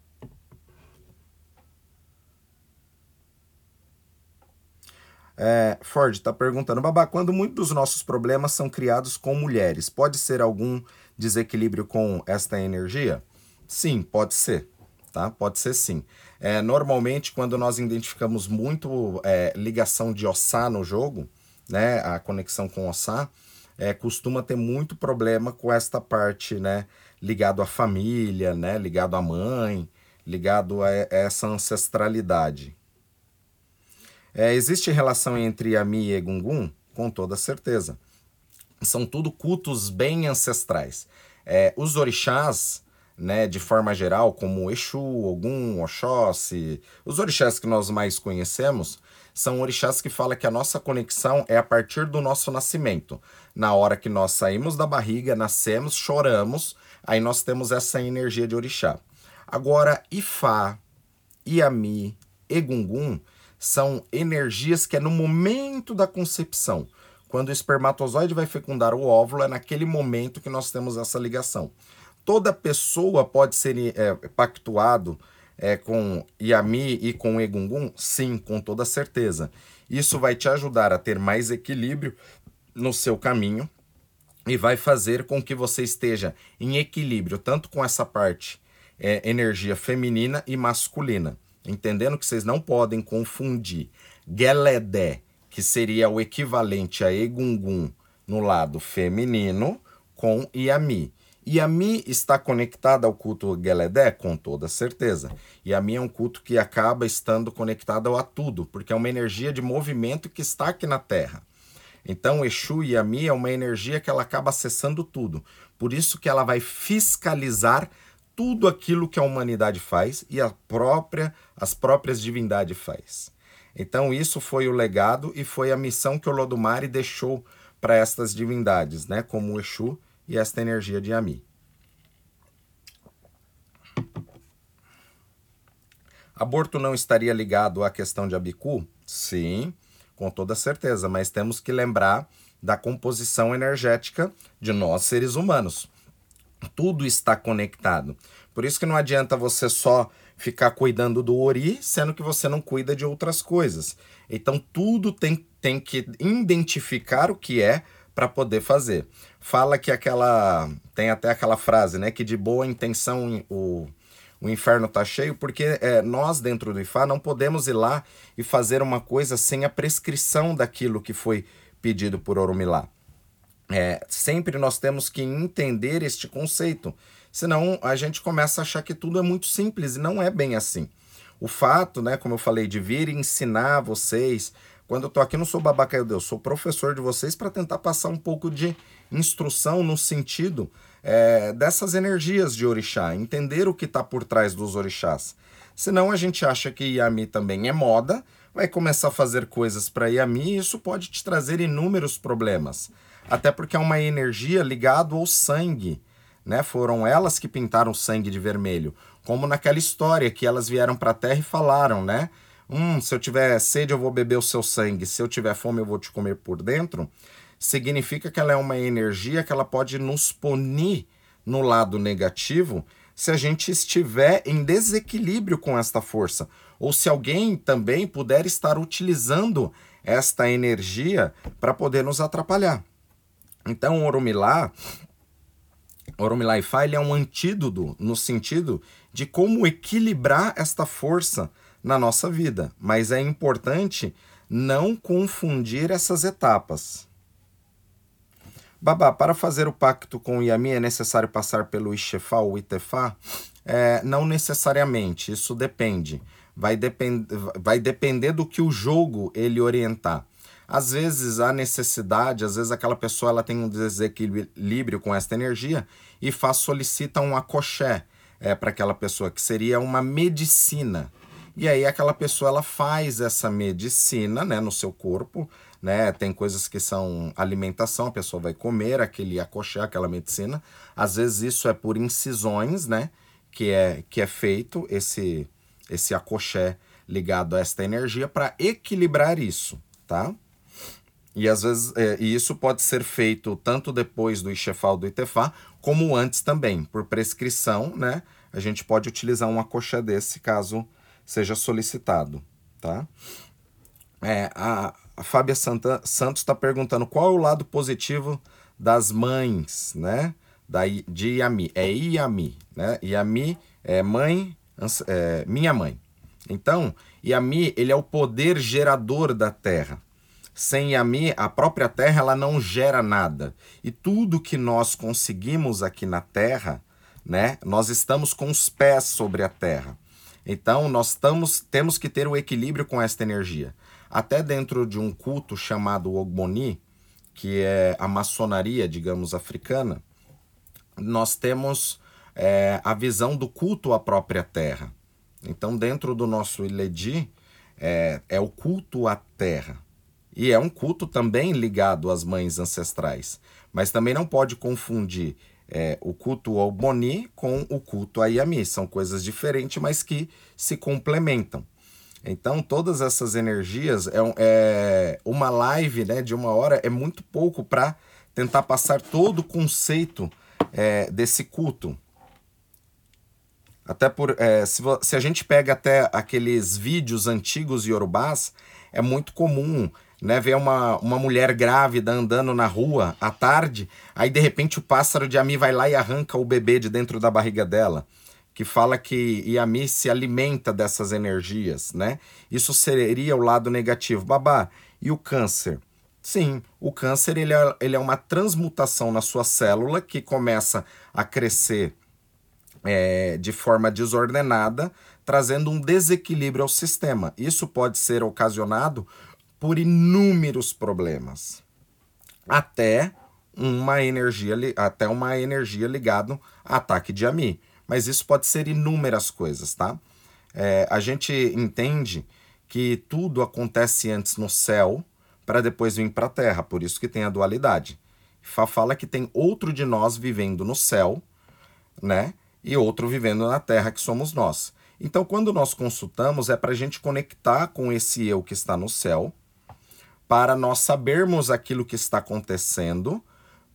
É, Ford está perguntando, Babá, quando muitos dos nossos problemas são criados com mulheres, pode ser algum desequilíbrio com esta energia? Sim, pode ser, tá? Pode ser sim. É, normalmente, quando nós identificamos muito é, ligação de Ossá no jogo, né, a conexão com Ossá, é, costuma ter muito problema com esta parte, né, ligado à família, né, ligado à mãe, ligado a essa ancestralidade. É, existe relação entre Yami e Egungun? Com toda certeza. São tudo cultos bem ancestrais. É, os orixás, né, de forma geral, como Exu, Ogum, Oxóssi, os orixás que nós mais conhecemos, são orixás que falam que a nossa conexão é a partir do nosso nascimento. Na hora que nós saímos da barriga, nascemos, choramos, aí nós temos essa energia de orixá. Agora, Ifá, Yami, Egungun são energias que é no momento da concepção. Quando o espermatozoide vai fecundar o óvulo, é naquele momento que nós temos essa ligação. Toda pessoa pode ser é, pactuado é, com Yami e com Egungun? Sim, com toda certeza. Isso vai te ajudar a ter mais equilíbrio no seu caminho e vai fazer com que você esteja em equilíbrio tanto com essa parte é, energia feminina e masculina. Entendendo que vocês não podem confundir Geledé, que seria o equivalente a Egungun no lado feminino, com Yami. Yami está conectada ao culto Geledé? Com toda certeza. Yami é um culto que acaba estando conectado a tudo, porque é uma energia de movimento que está aqui na Terra. Então, Exu e Yami é uma energia que ela acaba acessando tudo. Por isso que ela vai fiscalizar tudo aquilo que a humanidade faz e a própria, as próprias divindades faz. Então isso foi o legado e foi a missão que o Olodumare deixou para estas divindades, né, como o Exu e esta energia de Yami. Aborto não estaria ligado à questão de Abiku? Sim, com toda certeza, mas temos que lembrar da composição energética de nós seres humanos. Tudo está conectado. Por isso que não adianta você só ficar cuidando do ori, sendo que você não cuida de outras coisas. Então tudo tem, tem que identificar o que é para poder fazer. Fala que aquela... Tem até aquela frase, né? Que de boa intenção o, o inferno tá cheio, porque é, nós dentro do Ifá não podemos ir lá e fazer uma coisa sem a prescrição daquilo que foi pedido por Orumilá. É, sempre nós temos que entender este conceito, senão a gente começa a achar que tudo é muito simples e não é bem assim. O fato, né, como eu falei, de vir ensinar vocês, quando eu tô aqui não sou babaca, eu Deus, sou professor de vocês para tentar passar um pouco de instrução no sentido é, dessas energias de orixá, entender o que está por trás dos orixás. Senão a gente acha que Yami também é moda, vai começar a fazer coisas para Yami e isso pode te trazer inúmeros problemas. Até porque é uma energia ligada ao sangue, né? Foram elas que pintaram o sangue de vermelho. Como naquela história que elas vieram para a Terra e falaram, né? Hum, se eu tiver sede eu vou beber o seu sangue, se eu tiver fome eu vou te comer por dentro. Significa que ela é uma energia que ela pode nos punir no lado negativo se a gente estiver em desequilíbrio com esta força. Ou se alguém também puder estar utilizando esta energia para poder nos atrapalhar. Então, o Orumilá, Orumilá Ifá, ele é um antídoto no sentido de como equilibrar esta força na nossa vida. Mas é importante não confundir essas etapas. Babá, para fazer o pacto com o Yami é necessário passar pelo Ixefá ou Itefá? É, não necessariamente, isso depende. Vai, depend... vai depender do que o jogo ele orientar. Às vezes há necessidade, às vezes aquela pessoa ela tem um desequilíbrio com esta energia e faz, solicita um akoxé é, para aquela pessoa, que seria uma medicina. E aí aquela pessoa ela faz essa medicina, né, no seu corpo, né? Tem coisas que são alimentação, a pessoa vai comer aquele akoxé, aquela medicina. Às vezes isso é por incisões, né, que é, que é feito esse, esse akoxé ligado a esta energia para equilibrar isso, tá? E às vezes é, e isso pode ser feito tanto depois do Ixefá ou do Itefá, como antes também, por prescrição, né? A gente pode utilizar um akoxé desse caso seja solicitado, tá? É, a, a Fábia Santa, Santos está perguntando qual é o lado positivo das mães, né? Da, de Yami. É Yami, né? Yami é mãe, é, minha mãe. Então, Yami, ele é o poder gerador da terra. Sem Yami, a própria terra ela não gera nada. E tudo que nós conseguimos aqui na terra, né, nós estamos com os pés sobre a terra. Então, nós estamos, temos que ter o equilíbrio com esta energia. Até dentro de um culto chamado Ogboni, que é a maçonaria, digamos, africana, nós temos é, a visão do culto à própria terra. Então, dentro do nosso Iledi, é, é o culto à terra. E é um culto também ligado às mães ancestrais. Mas também não pode confundir é, o culto ao Boni com o culto a Yami. São coisas diferentes, mas que se complementam. Então, todas essas energias, é, é uma live, né, de uma hora é muito pouco para tentar passar todo o conceito é, desse culto. Até por, é, se, se a gente pega até aqueles vídeos antigos iorubás, é muito comum, né, ver uma, uma mulher grávida andando na rua à tarde, aí de repente o pássaro de Yami vai lá e arranca o bebê de dentro da barriga dela, que fala que Yami se alimenta dessas energias, né? Isso seria o lado negativo. Babá, e o câncer? Sim, o câncer ele é, ele é uma transmutação na sua célula que começa a crescer é, de forma desordenada, trazendo um desequilíbrio ao sistema. Isso pode ser ocasionado por inúmeros problemas, até uma energia, até uma energia ligada a ataque de Yami. Mas isso pode ser inúmeras coisas, tá? É, a gente entende que tudo acontece antes no céu para depois vir para a terra, por isso que tem a dualidade. Fá fala que tem outro de nós vivendo no céu, né? E outro vivendo na terra, que somos nós. Então, quando nós consultamos, é para a gente conectar com esse eu que está no céu, para nós sabermos aquilo que está acontecendo,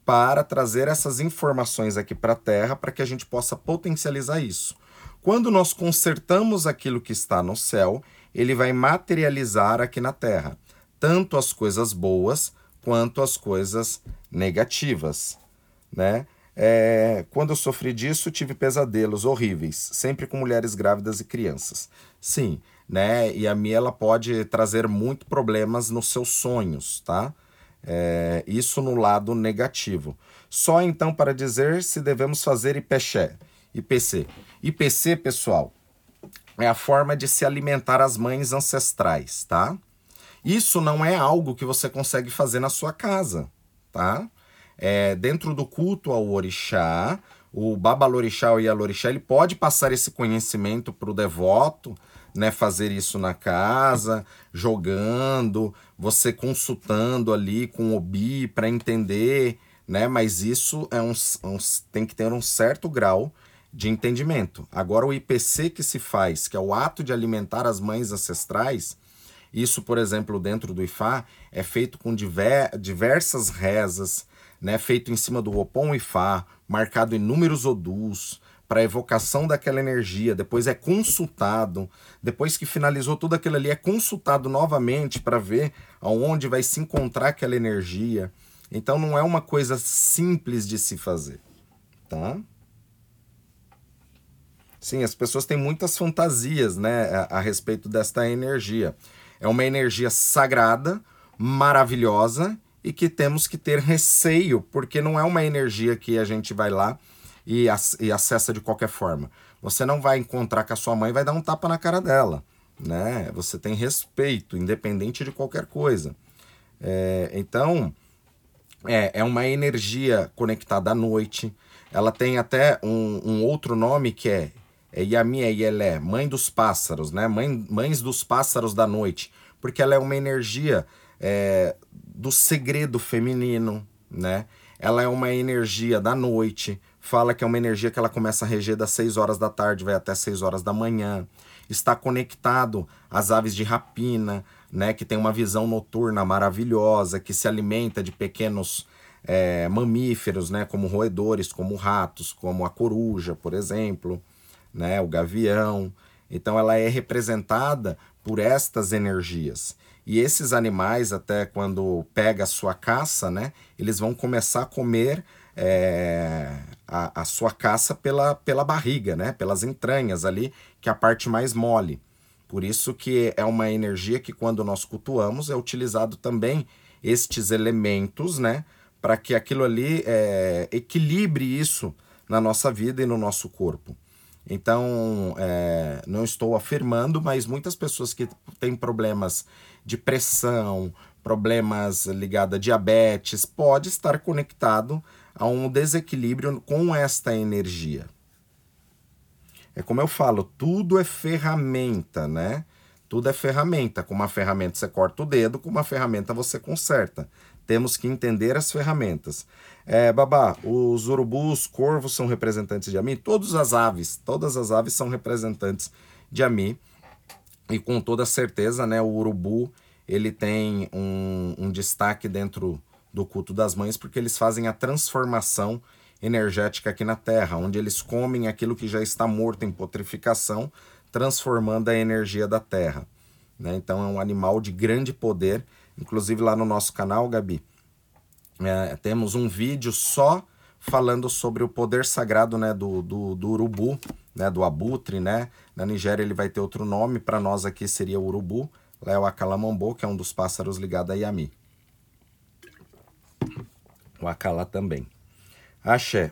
para trazer essas informações aqui para a Terra para que a gente possa potencializar isso. Quando nós consertamos aquilo que está no céu, ele vai materializar aqui na Terra, tanto as coisas boas quanto as coisas negativas, né? É, quando eu sofri disso, tive pesadelos horríveis, sempre com mulheres grávidas e crianças. Sim, né? E a Mia, ela pode trazer muito problemas nos seus sonhos, tá? É, isso no lado negativo. Só então para dizer se devemos fazer I P C. I P C. I P C, pessoal, é a forma de se alimentar as mães ancestrais, tá? Isso não é algo que você consegue fazer na sua casa, tá? É, dentro do culto ao orixá, o babalorixá ou ialorixá, ele pode passar esse conhecimento para o devoto, né, fazer isso na casa, jogando, você consultando ali com o Obi para entender, né? Mas isso é um, um, tem que ter um certo grau de entendimento. Agora, o I P C que se faz, que é o ato de alimentar as mães ancestrais, isso, por exemplo, dentro do Ifá, é feito com diver, diversas rezas, né, feito em cima do Opon Ifá, marcado inúmeros odus, para evocação daquela energia, depois é consultado, depois que finalizou tudo aquilo ali, é consultado novamente para ver aonde vai se encontrar aquela energia. Então não é uma coisa simples de se fazer, tá? Sim, as pessoas têm muitas fantasias, né, a, a respeito desta energia. É uma energia sagrada, maravilhosa, e que temos que ter receio, porque não é uma energia que a gente vai lá e, ac e acessa de qualquer forma. Você não vai encontrar com a sua mãe e vai dar um tapa na cara dela, né? Você tem respeito, independente de qualquer coisa. É, então, é, é uma energia conectada à noite. Ela tem até um, um outro nome que é, é Yami Yelé, mãe dos pássaros, né? Mãe, mães dos pássaros da noite, porque ela é uma energia é, do segredo feminino, né? Ela é uma energia da noite, fala que é uma energia que ela começa a reger das seis horas da tarde, vai até seis horas da manhã. Está conectado às aves de rapina, né? Que tem uma visão noturna maravilhosa, que se alimenta de pequenos é, mamíferos, né? Como roedores, como ratos, como a coruja, por exemplo, né? O gavião. Então ela é representada por estas energias. E esses animais, até quando pega a sua caça, né, eles vão começar a comer é, a, a sua caça pela, pela barriga, né, pelas entranhas ali, que é a parte mais mole. Por isso que é uma energia que, quando nós cultuamos, é utilizado também estes elementos, né, para que aquilo ali é, equilibre isso na nossa vida e no nosso corpo. Então, é, não estou afirmando, mas muitas pessoas que têm problemas de pressão, problemas ligados a diabetes, pode estar conectado a um desequilíbrio com esta energia. É como eu falo, tudo é ferramenta, né? Tudo é ferramenta. Com uma ferramenta você corta o dedo, com uma ferramenta você conserta. Temos que entender as ferramentas. É, Babá, os urubus, corvos são representantes de Ami? Todas as aves, todas as aves são representantes de Ami. E com toda certeza, né, o urubu, ele tem um, um destaque dentro do culto das mães, porque eles fazem a transformação energética aqui na Terra, onde eles comem aquilo que já está morto em putrificação, transformando a energia da Terra, né? Então é um animal de grande poder. Inclusive lá no nosso canal, Gabi, é, temos um vídeo só falando sobre o poder sagrado, né, do, do, do urubu, né, do abutre, né? Na Nigéria ele vai ter outro nome, para nós aqui seria o urubu. Lá é o acalamambô, que é um dos pássaros ligado a Yami. O acalá também. Axé.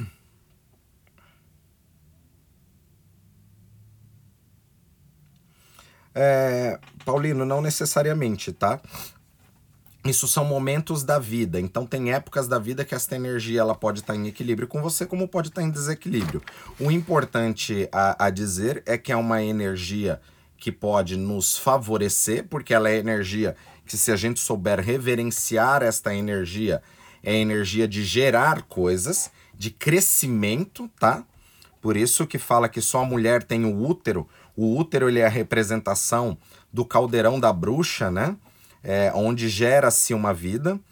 É, Paulino, não necessariamente, tá? Isso são momentos da vida, então tem épocas da vida que essa energia ela pode estar em equilíbrio com você, como pode estar em desequilíbrio. O importante a, a dizer é que é uma energia que pode nos favorecer, porque ela é energia que, se a gente souber reverenciar esta energia, é energia de gerar coisas, de crescimento, tá? Por isso que fala que só a mulher tem o útero. O útero ele é a representação do caldeirão da bruxa, né? É, onde gera-se uma vida.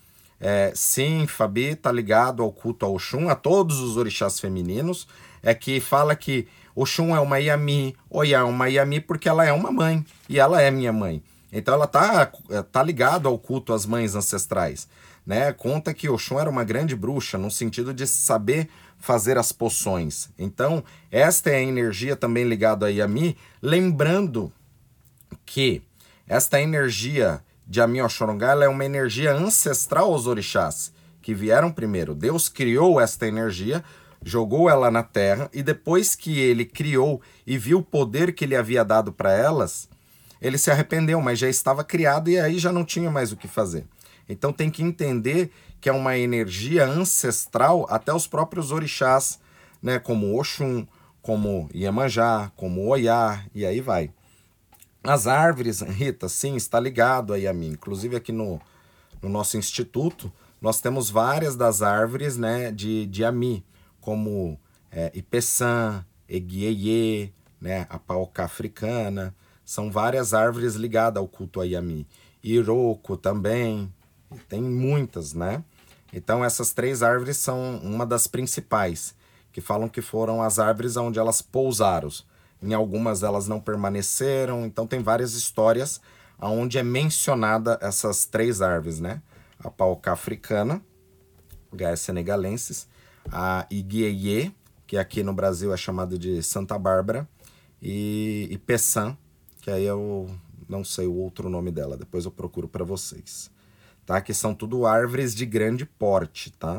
É, sim, Fabi tá ligado ao culto a Oxum, a todos os orixás femininos. É que fala que Oxum é uma Yami, Oiá é uma Yami porque ela é uma mãe, e ela é minha mãe. Então ela tá, tá ligado ao culto às mães ancestrais, né? Conta que Oxum era uma grande bruxa, no sentido de saber fazer as poções. Então, esta é a energia também ligada a Yami, lembrando que esta energia de Ami Oxorongá é uma energia ancestral aos orixás, que vieram primeiro. Deus criou esta energia, jogou ela na terra, e depois que ele criou e viu o poder que ele havia dado para elas, ele se arrependeu, mas já estava criado e aí já não tinha mais o que fazer. Então tem que entender que é uma energia ancestral até os próprios orixás, né, como Oxum, como Iemanjá, como Oiá, e aí vai. As árvores, Rita, sim, está ligado aí a mim. Inclusive aqui no, no nosso instituto, nós temos várias das árvores, né, de, de Ami, como é, Ipeçã, Eguieye, né, a pauca africana. São várias árvores ligadas ao culto a Yami. Iroko também, tem muitas, né? Então essas três árvores são uma das principais, que falam que foram as árvores onde elas pousaram. Em algumas elas não permaneceram, então tem várias histórias onde é mencionada essas três árvores, né? A pauca africana, Gaia senegalensis, a Iguieye, que aqui no Brasil é chamado de Santa Bárbara, e Ipeçã, que aí eu não sei o outro nome dela, depois eu procuro para vocês. Tá? Que são tudo árvores de grande porte, tá?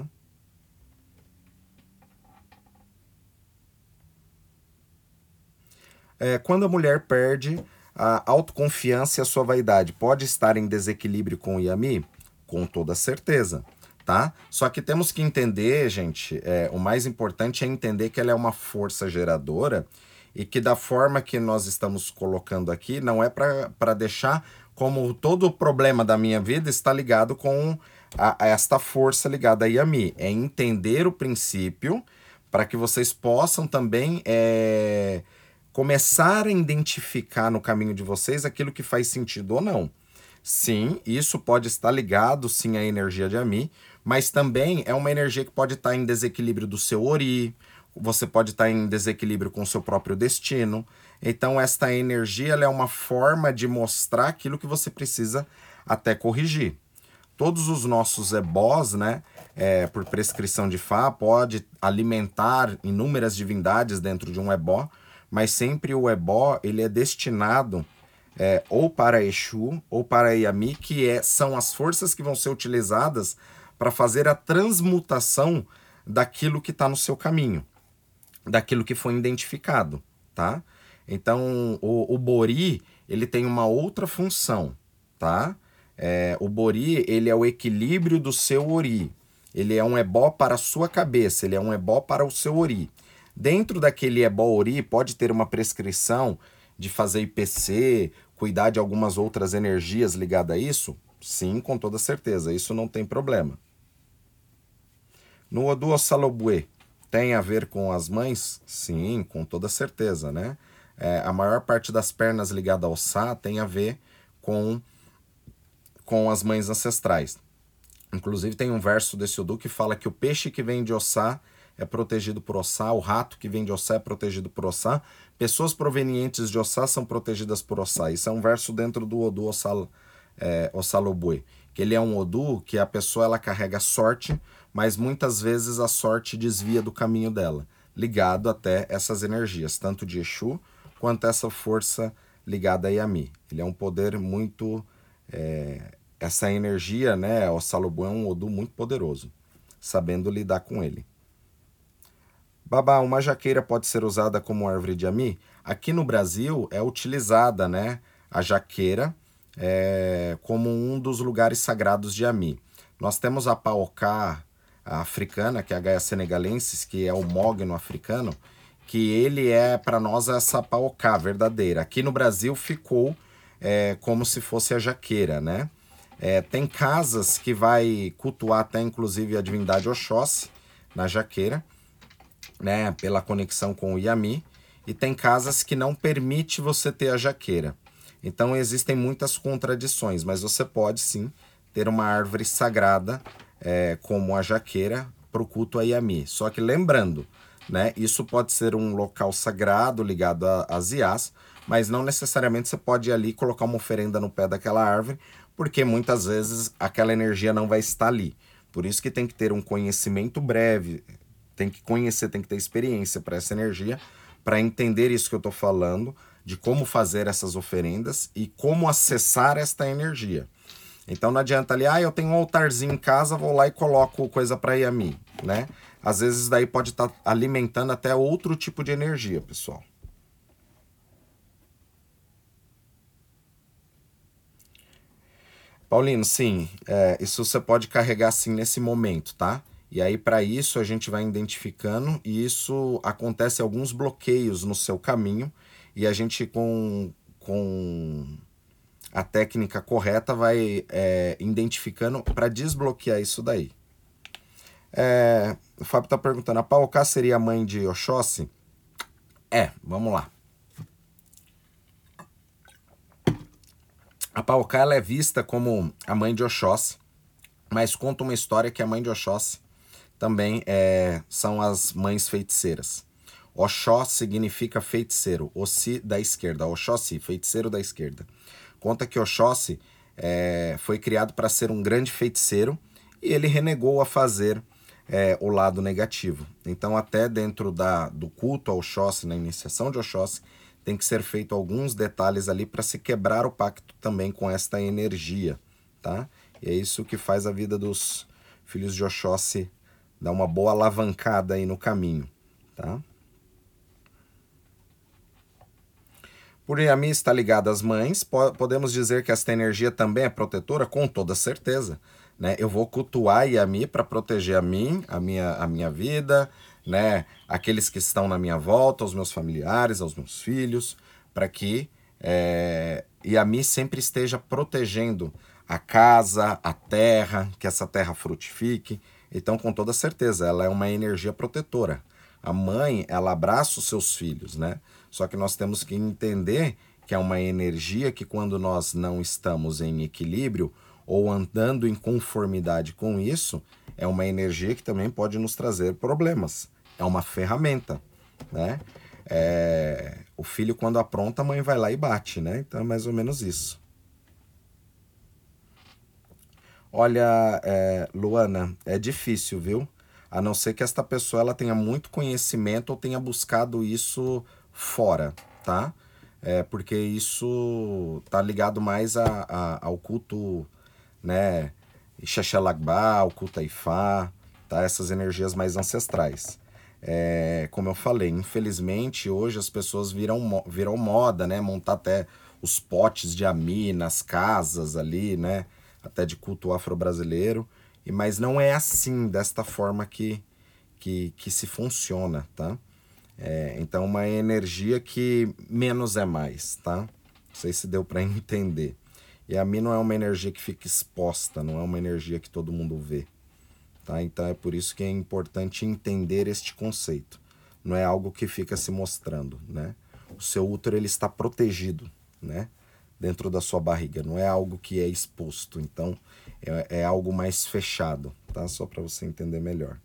É, quando a mulher perde a autoconfiança e a sua vaidade, pode estar em desequilíbrio com o Yami? Com toda certeza, tá? Só que temos que entender, gente, é, o mais importante é entender que ela é uma força geradora e que da forma que nós estamos colocando aqui, não é para deixar como todo o problema da minha vida está ligado com a, a esta força ligada a Yami. É entender o princípio para que vocês possam também... É, começar a identificar no caminho de vocês aquilo que faz sentido ou não. Sim, isso pode estar ligado, sim, à energia de Ami, mas também é uma energia que pode estar em desequilíbrio do seu Ori, você pode estar em desequilíbrio com o seu próprio destino. Então, esta energia ela é uma forma de mostrar aquilo que você precisa até corrigir. Todos os nossos ebós, né, é, por prescrição de Fá, pode alimentar inúmeras divindades dentro de um ebó, mas sempre o ebó ele é destinado é, ou para Exu ou para Yami, que é, são as forças que vão ser utilizadas para fazer a transmutação daquilo que está no seu caminho, daquilo que foi identificado, tá? Então, o, o Bori, ele tem uma outra função, tá? É, o Bori, ele é o equilíbrio do seu Ori. Ele é um ebó para a sua cabeça, ele é um ebó para o seu Ori. Dentro daquele ebó Ori, pode ter uma prescrição de fazer I P C, cuidar de algumas outras energias ligadas a isso? Sim, com toda certeza, isso não tem problema. No Odu Ossalobue, tem a ver com as mães? Sim, com toda certeza, né? É, a maior parte das pernas ligadas ao Sá tem a ver com, com as mães ancestrais. Inclusive tem um verso desse Odu que fala que o peixe que vem de Ossá é protegido por Ossá, o rato que vem de Ossá é protegido por Ossá, pessoas provenientes de Ossá são protegidas por Ossá. Isso é um verso dentro do Odu Ossal, é, Ossalobue, que ele é um Odu que a pessoa ela carrega sorte, mas muitas vezes a sorte desvia do caminho dela, ligado até essas energias, tanto de Exu quanto essa força ligada a Yami. Ele é um poder muito... É, essa energia, né, Ossalobue é um Odu muito poderoso, sabendo lidar com ele. Babá, uma jaqueira pode ser usada como árvore de Ami? Aqui no Brasil é utilizada, né, a jaqueira é, como um dos lugares sagrados de Ami. Nós temos a paocá africana, que é a Gaia senegalensis, que é o mogno africano, que ele é para nós essa paocá verdadeira. Aqui no Brasil ficou é, como se fosse a jaqueira, né? É, tem casas que vai cultuar até inclusive a divindade Oxóssi na jaqueira, né, pela conexão com o Yami, e tem casas que não permite você ter a jaqueira. Então existem muitas contradições, mas você pode sim ter uma árvore sagrada é, como a Jaqueira, para o culto a Yami. Só que lembrando, né, isso pode ser um local sagrado ligado às Iás, mas não necessariamente você pode ir ali colocar uma oferenda no pé daquela árvore, porque muitas vezes aquela energia não vai estar ali. Por isso que tem que ter um conhecimento breve, tem que conhecer, tem que ter experiência para essa energia, para entender isso que eu estou falando, de como fazer essas oferendas e como acessar esta energia. Então não adianta ali, ah, eu tenho um altarzinho em casa, vou lá e coloco coisa para Yami, né? Às vezes daí pode estar tá alimentando até outro tipo de energia, pessoal. Paulino, sim, é, isso você pode carregar sim nesse momento, tá? E aí para isso a gente vai identificando e isso acontece alguns bloqueios no seu caminho e a gente com, com a técnica correta vai é, identificando para desbloquear isso daí. É, o Fábio está perguntando, a Paoká seria a mãe de Oxóssi? É, vamos lá. A Paoká ela é vista como a mãe de Oxóssi, mas conta uma história que a mãe de Oxóssi também é, são as mães feiticeiras. Oxó significa feiticeiro, Ossi da esquerda, Oxóssi, feiticeiro da esquerda. Conta que Oxóssi é, foi criado para ser um grande feiticeiro e ele renegou a fazer é, o lado negativo. Então até dentro da, do culto ao Oxóssi, na iniciação de Oxóssi, tem que ser feito alguns detalhes ali para se quebrar o pacto também com esta energia, tá? E é isso que faz a vida dos filhos de Oxóssi dar uma boa alavancada aí no caminho, tá? Por Yami está ligada às mães, po podemos dizer que esta energia também é protetora? Com toda certeza, né? Eu vou cultuar Yami para proteger a mim, a minha, a minha vida, né? Aqueles que estão na minha volta, aos meus familiares, aos meus filhos, para que é, Yami sempre esteja protegendo a casa, a terra, que essa terra frutifique. Então, com toda certeza, ela é uma energia protetora. A mãe, ela abraça os seus filhos, né? Só que nós temos que entender que é uma energia que quando nós não estamos em equilíbrio ou andando em conformidade com isso, é uma energia que também pode nos trazer problemas. É uma ferramenta, né? É... O filho, quando apronta, a mãe vai lá e bate, né? Então é mais ou menos isso. Olha, é, Luana, é difícil, viu? A não ser que esta pessoa ela tenha muito conhecimento ou tenha buscado isso fora, tá? É, porque isso tá ligado mais a, a, ao culto, né? Xaxalagbá, ao culto a Ifá, tá? Essas energias mais ancestrais. É, como eu falei, infelizmente hoje as pessoas viram, viram moda, né? Montar até os potes de Ami nas casas ali, né? Até de culto afro-brasileiro. E, mas não é assim, desta forma que, que, que se funciona, tá? É, então, uma energia que menos é mais, tá? Não sei se deu para entender. E a mim não é uma energia que fica exposta, não é uma energia que todo mundo vê, tá? Então, é por isso que é importante entender este conceito. Não é algo que fica se mostrando, né? O seu útero, ele está protegido, né? Dentro da sua barriga, não é algo que é exposto, então é, é algo mais fechado, tá? Só para você entender melhor.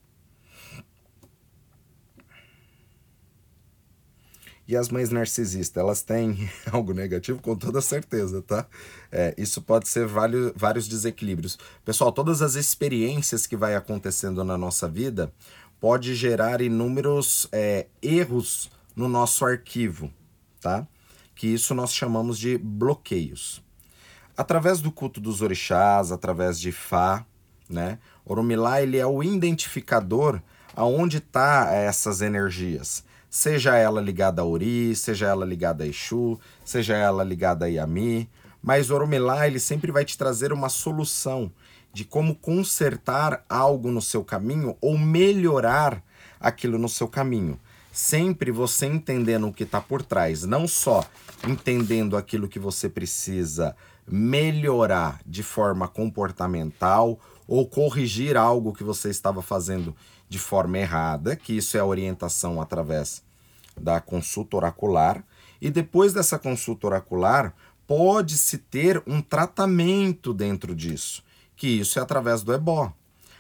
E as mães narcisistas, elas têm algo negativo? Com toda certeza, tá? É, isso pode ser vários, vários desequilíbrios. Pessoal, todas as experiências que vai acontecendo na nossa vida pode gerar inúmeros é, erros no nosso arquivo, tá? Que isso nós chamamos de bloqueios. Através do culto dos orixás, através de Fá, né? Orumilá, ele é o identificador aonde está essas energias. Seja ela ligada a Ori, seja ela ligada a Exu, seja ela ligada a Yami. Mas Orumilá, ele sempre vai te trazer uma solução de como consertar algo no seu caminho ou melhorar aquilo no seu caminho. Sempre você entendendo o que está por trás, não só entendendo aquilo que você precisa melhorar de forma comportamental ou corrigir algo que você estava fazendo de forma errada, que isso é a orientação através da consulta oracular, e depois dessa consulta oracular, pode-se ter um tratamento dentro disso, que isso é através do ebó.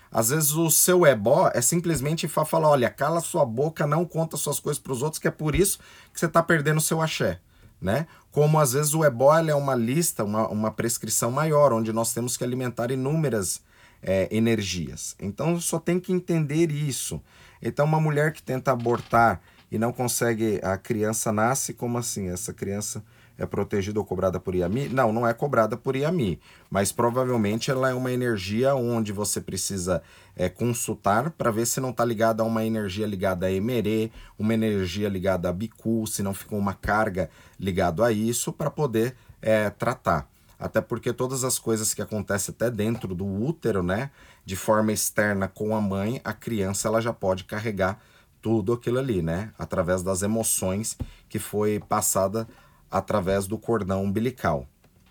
Às vezes o seu ebó é simplesmente falar, olha, cala sua boca, não conta suas coisas para os outros, que é por isso que você está perdendo o seu axé, né? Como às vezes o ebó é uma lista, uma, uma prescrição maior, onde nós temos que alimentar inúmeras é, energias. Então só tem que entender isso. Então uma mulher que tenta abortar e não consegue, a criança nasce, como assim? Essa criança é protegida ou cobrada por I A M I? Não, não é cobrada por I A M I, mas provavelmente ela é uma energia onde você precisa é, consultar para ver se não está ligada a uma energia ligada a Emerê, uma energia ligada a Bicu, se não ficou uma carga ligada a isso, para poder é, tratar. Até porque todas as coisas que acontecem até dentro do útero, né, de forma externa com a mãe, a criança ela já pode carregar tudo aquilo ali, né, através das emoções que foi passada através do cordão umbilical.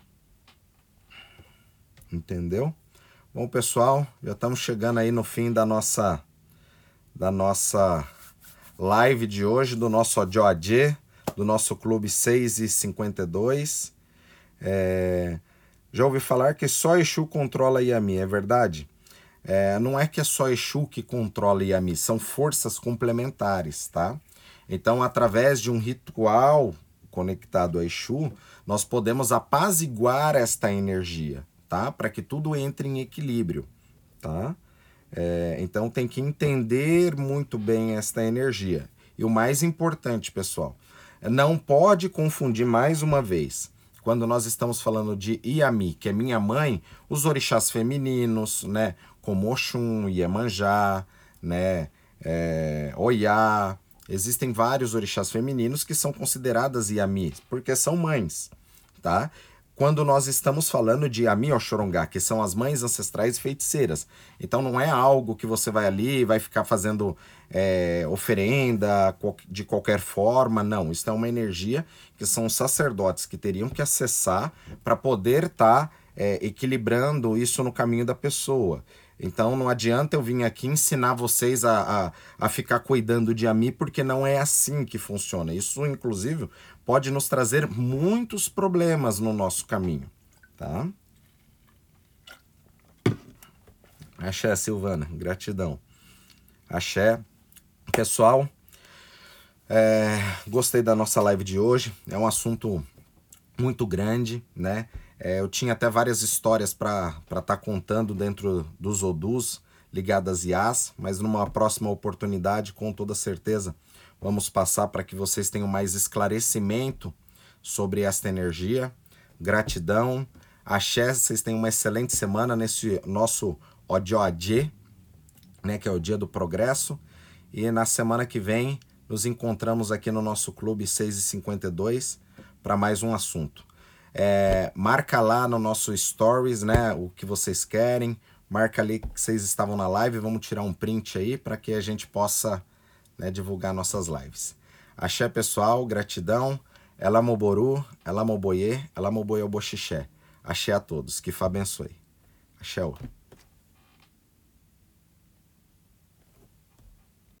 Entendeu? Bom, pessoal, já estamos chegando aí no fim da nossa da nossa live de hoje, do nosso Odioadê, do nosso Clube seis e cinquenta e dois. É, já ouvi falar que só Exu controla I A M I, é verdade? É, não é que é só Exu que controla I A M I, são forças complementares, tá? Então, através de um ritual conectado a Exu, nós podemos apaziguar esta energia, tá? Para que tudo entre em equilíbrio, tá? É, então tem que entender muito bem esta energia. E o mais importante, pessoal, não pode confundir mais uma vez, quando nós estamos falando de I A M I, que é minha mãe, os orixás femininos, né? Como Oxum, Iemanjá, né? É, Oiá. Existem vários orixás femininos que são consideradas I A M I, porque são mães, tá? Quando nós estamos falando de Ami Oxorongá, que são as mães ancestrais feiticeiras. Então não é algo que você vai ali e vai ficar fazendo é, oferenda de qualquer forma, não. Isso é uma energia que são os sacerdotes que teriam que acessar para poder estar tá, é, equilibrando isso no caminho da pessoa. Então não adianta eu vir aqui ensinar vocês a, a, a ficar cuidando de Ami, porque não é assim que funciona. Isso, inclusive, pode nos trazer muitos problemas no nosso caminho, tá? Axé, Silvana, gratidão. Axé. Pessoal, é, gostei da nossa live de hoje. É um assunto muito grande, né? É, eu tinha até várias histórias para estar tá contando dentro dos Odus ligadas a I A S, mas numa próxima oportunidade, com toda certeza, vamos passar para que vocês tenham mais esclarecimento sobre esta energia. Gratidão. Axé, vocês tenham uma excelente semana nesse nosso Odioadê, né, que é o Dia do Progresso. E na semana que vem, nos encontramos aqui no nosso Clube seis e cinquenta e dois para mais um assunto. É, marca lá no nosso Stories, né, o que vocês querem. Marca ali que vocês estavam na live. Vamos tirar um print aí para que a gente possa, né, divulgar nossas lives. Axé, pessoal, gratidão. Ela Moboru, Ela Moboye, Ela Moboye Oboxixé. Axé a todos, que Fá abençoe. Axé.